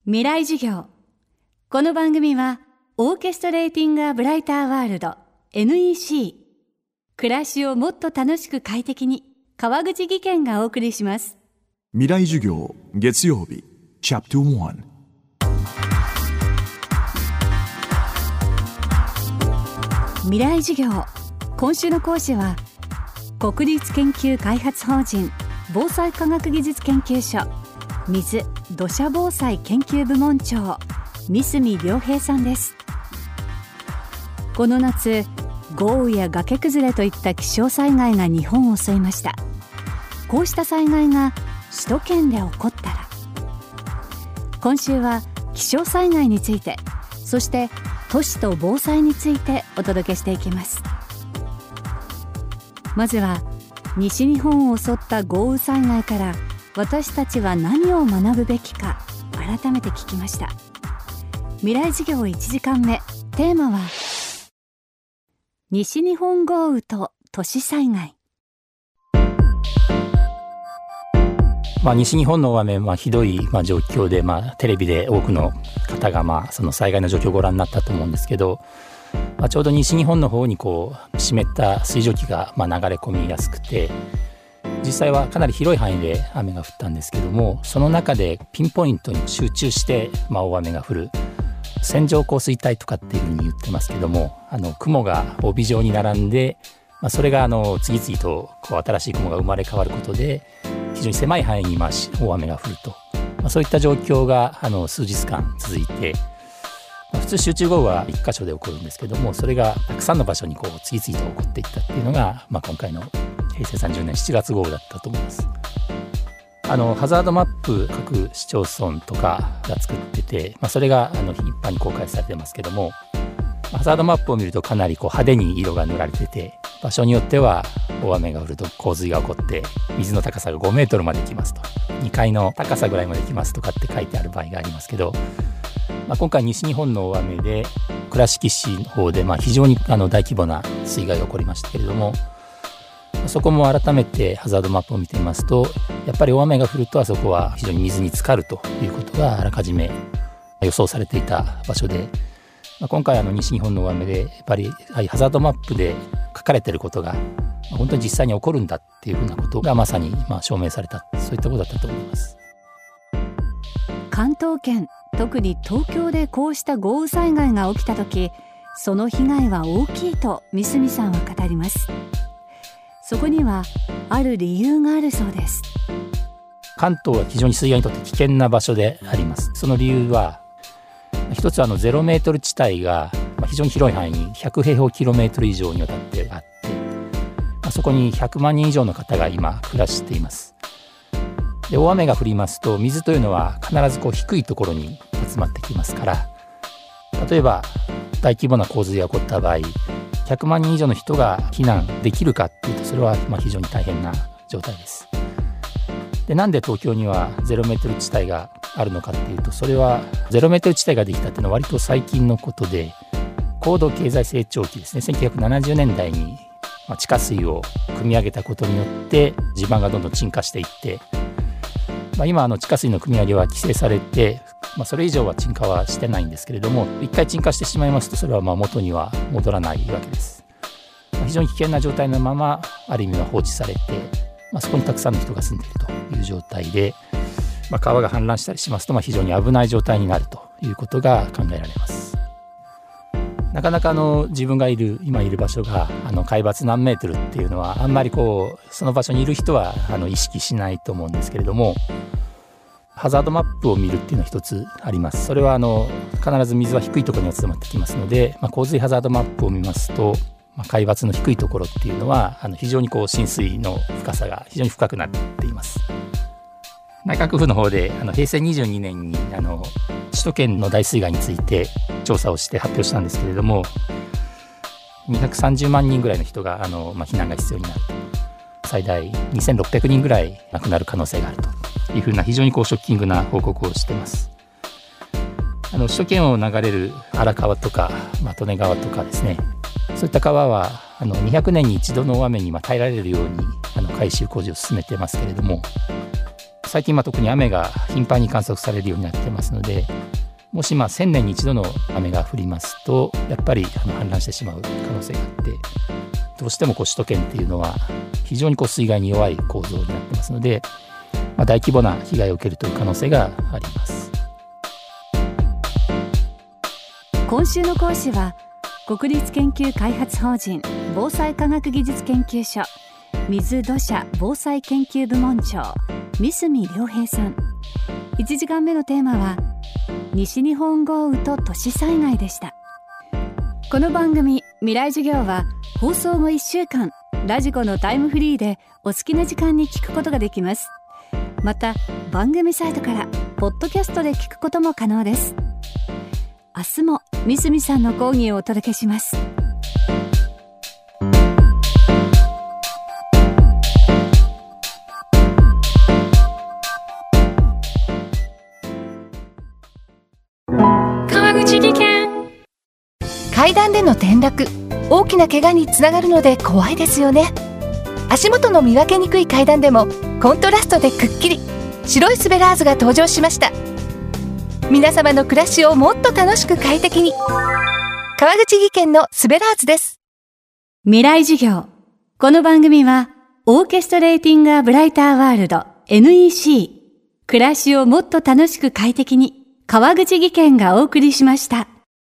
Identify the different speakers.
Speaker 1: 未来授業。この番組はオーケストレーティング・ア・ブライター・ワールド NEC 暮らしをもっと楽しく快適に川口義賢がお送りします。
Speaker 2: 未来授業月曜日チャプター1。
Speaker 1: 未来授業。今週の講師は国立研究開発法人防災科学技術研究所水・土砂防災研究部門長三角良平さんです。この夏、豪雨や崖崩れといった気象災害が日本を襲いました。こうした災害が首都圏で起こったら、今週は気象災害について、そして都市と防災についてお届けしていきます。まずは西日本を襲った豪雨災害から私たちは何を学ぶべきか改めて聞きました。未来授業1時間目、テーマは西日本豪雨と都市災害。
Speaker 3: 西日本の大雨、ひどい状況で、テレビで多くの方がその災害の状況をご覧になったと思うんですけど、ちょうど西日本の方に湿った水蒸気が流れ込みやすくて、実際はかなり広い範囲で雨が降ったんですけども、その中でピンポイントに集中して大雨が降る線状降水帯とかっていうふうに言ってますけども、雲が帯状に並んで、それが次々と新しい雲が生まれ変わることで非常に狭い範囲に大雨が降ると、そういった状況が数日間続いて、普通集中豪雨は1箇所で起こるんですけども、それがたくさんの場所に次々と起こっていったっていうのが、今回の平成30年7月豪雨だったと思います。ハザードマップ各市町村とかが作ってて、それが頻繁に公開されてますけども、ハザードマップを見るとかなり派手に色が塗られてて、場所によっては大雨が降ると洪水が起こって水の高さが5メートルまで来ますと、2階の高さぐらいまで来ますとかって書いてある場合がありますけど、今回西日本の大雨で倉敷市の方で非常に大規模な水害が起こりましたけれども、そこも改めてハザードマップを見てみますと、やっぱり大雨が降るとあそこは非常に水に浸かるということがあらかじめ予想されていた場所で、今回西日本の大雨でやっぱりハザードマップで書かれていることが本当に実際に起こるんだっていうふうなことがまさに証明された、そういったことだったと思います。
Speaker 1: 関東圏、特に東京でこうした豪雨災害が起きたとき、その被害は大きいと三角さんは語ります。そこにはある理由があるそうです。
Speaker 3: 関東は非常に水害にとって危険な場所であります。その理由は、一つはゼロメートル地帯が非常に広い範囲に100平方キロメートル以上にわたってあって、そこに100万人以上の方が今暮らしています。で、大雨が降りますと水というのは必ず低いところに集まってきますから、例えば大規模な洪水が起こった場合、100万人以上の人が避難できるかっていうと、それは非常に大変な状態です。で、なんで東京にはゼロメートル地帯があるのかっていうと、それはゼロメートル地帯ができたっていうのは割と最近のことで、高度経済成長期ですね、1970年代に地下水を汲み上げたことによって地盤がどんどん沈下していって、今地下水の汲み上げは規制されて、それ以上は沈下はしてないんですけれども、一回沈下してしまいますとそれは元には戻らないわけです。非常に危険な状態のままある意味は放置されて、そこにたくさんの人が住んでいるという状態で、川が氾濫したりしますと非常に危ない状態になるということが考えられます。なかなか自分が今いる場所が海抜何メートルっていうのはあんまりその場所にいる人は意識しないと思うんですけれども、ハザードマップを見るっていうのは一つあります。それは必ず水は低いところに集まってきますので、洪水ハザードマップを見ますと、海抜の低いところっていうのは非常に浸水の深さが非常に深くなっています。内閣府の方で平成22年に首都圏の大水害について調査をして発表したんですけれども、230万人ぐらいの人が避難が必要になると、最大2600人ぐらい亡くなる可能性があるというふうな非常にショッキングな報告をしています。首都圏を流れる荒川とか、利根川とかですね、そういった川は200年に一度の大雨に耐えられるように改修工事を進めてますけれども、 最近特に雨が頻繁に観測されるようになってますので、もし1000年に一度の雨が降りますとやっぱり氾濫してしまう可能性があって、どうしても首都圏っていうのは非常に水害に弱い構造になってますので、大規模な被害を受けるという可能性があります。
Speaker 1: 今週の講師は国立研究開発法人防災科学技術研究所水土砂防災研究部門長三角良平さん。1時間目のテーマは西日本豪雨と都市災害でした。この番組未来授業は放送後1週間ラジコのタイムフリーでお好きな時間に聞くことができます。また番組サイトからポッドキャストで聞くことも可能です。明日も三角さんの講義をお届けします。
Speaker 4: 川口技研。階段での転落、大きな怪我につながるので怖いですよね。足元の見分けにくい階段でもコントラストでくっきり白いスベラーズが登場しました。皆様の暮らしをもっと楽しく快適に、川口技研のスベラーズです。
Speaker 1: 未来授業。この番組はオーケストレーティングアブライターワールド NEC 暮らしをもっと楽しく快適に川口技研がお送りしました。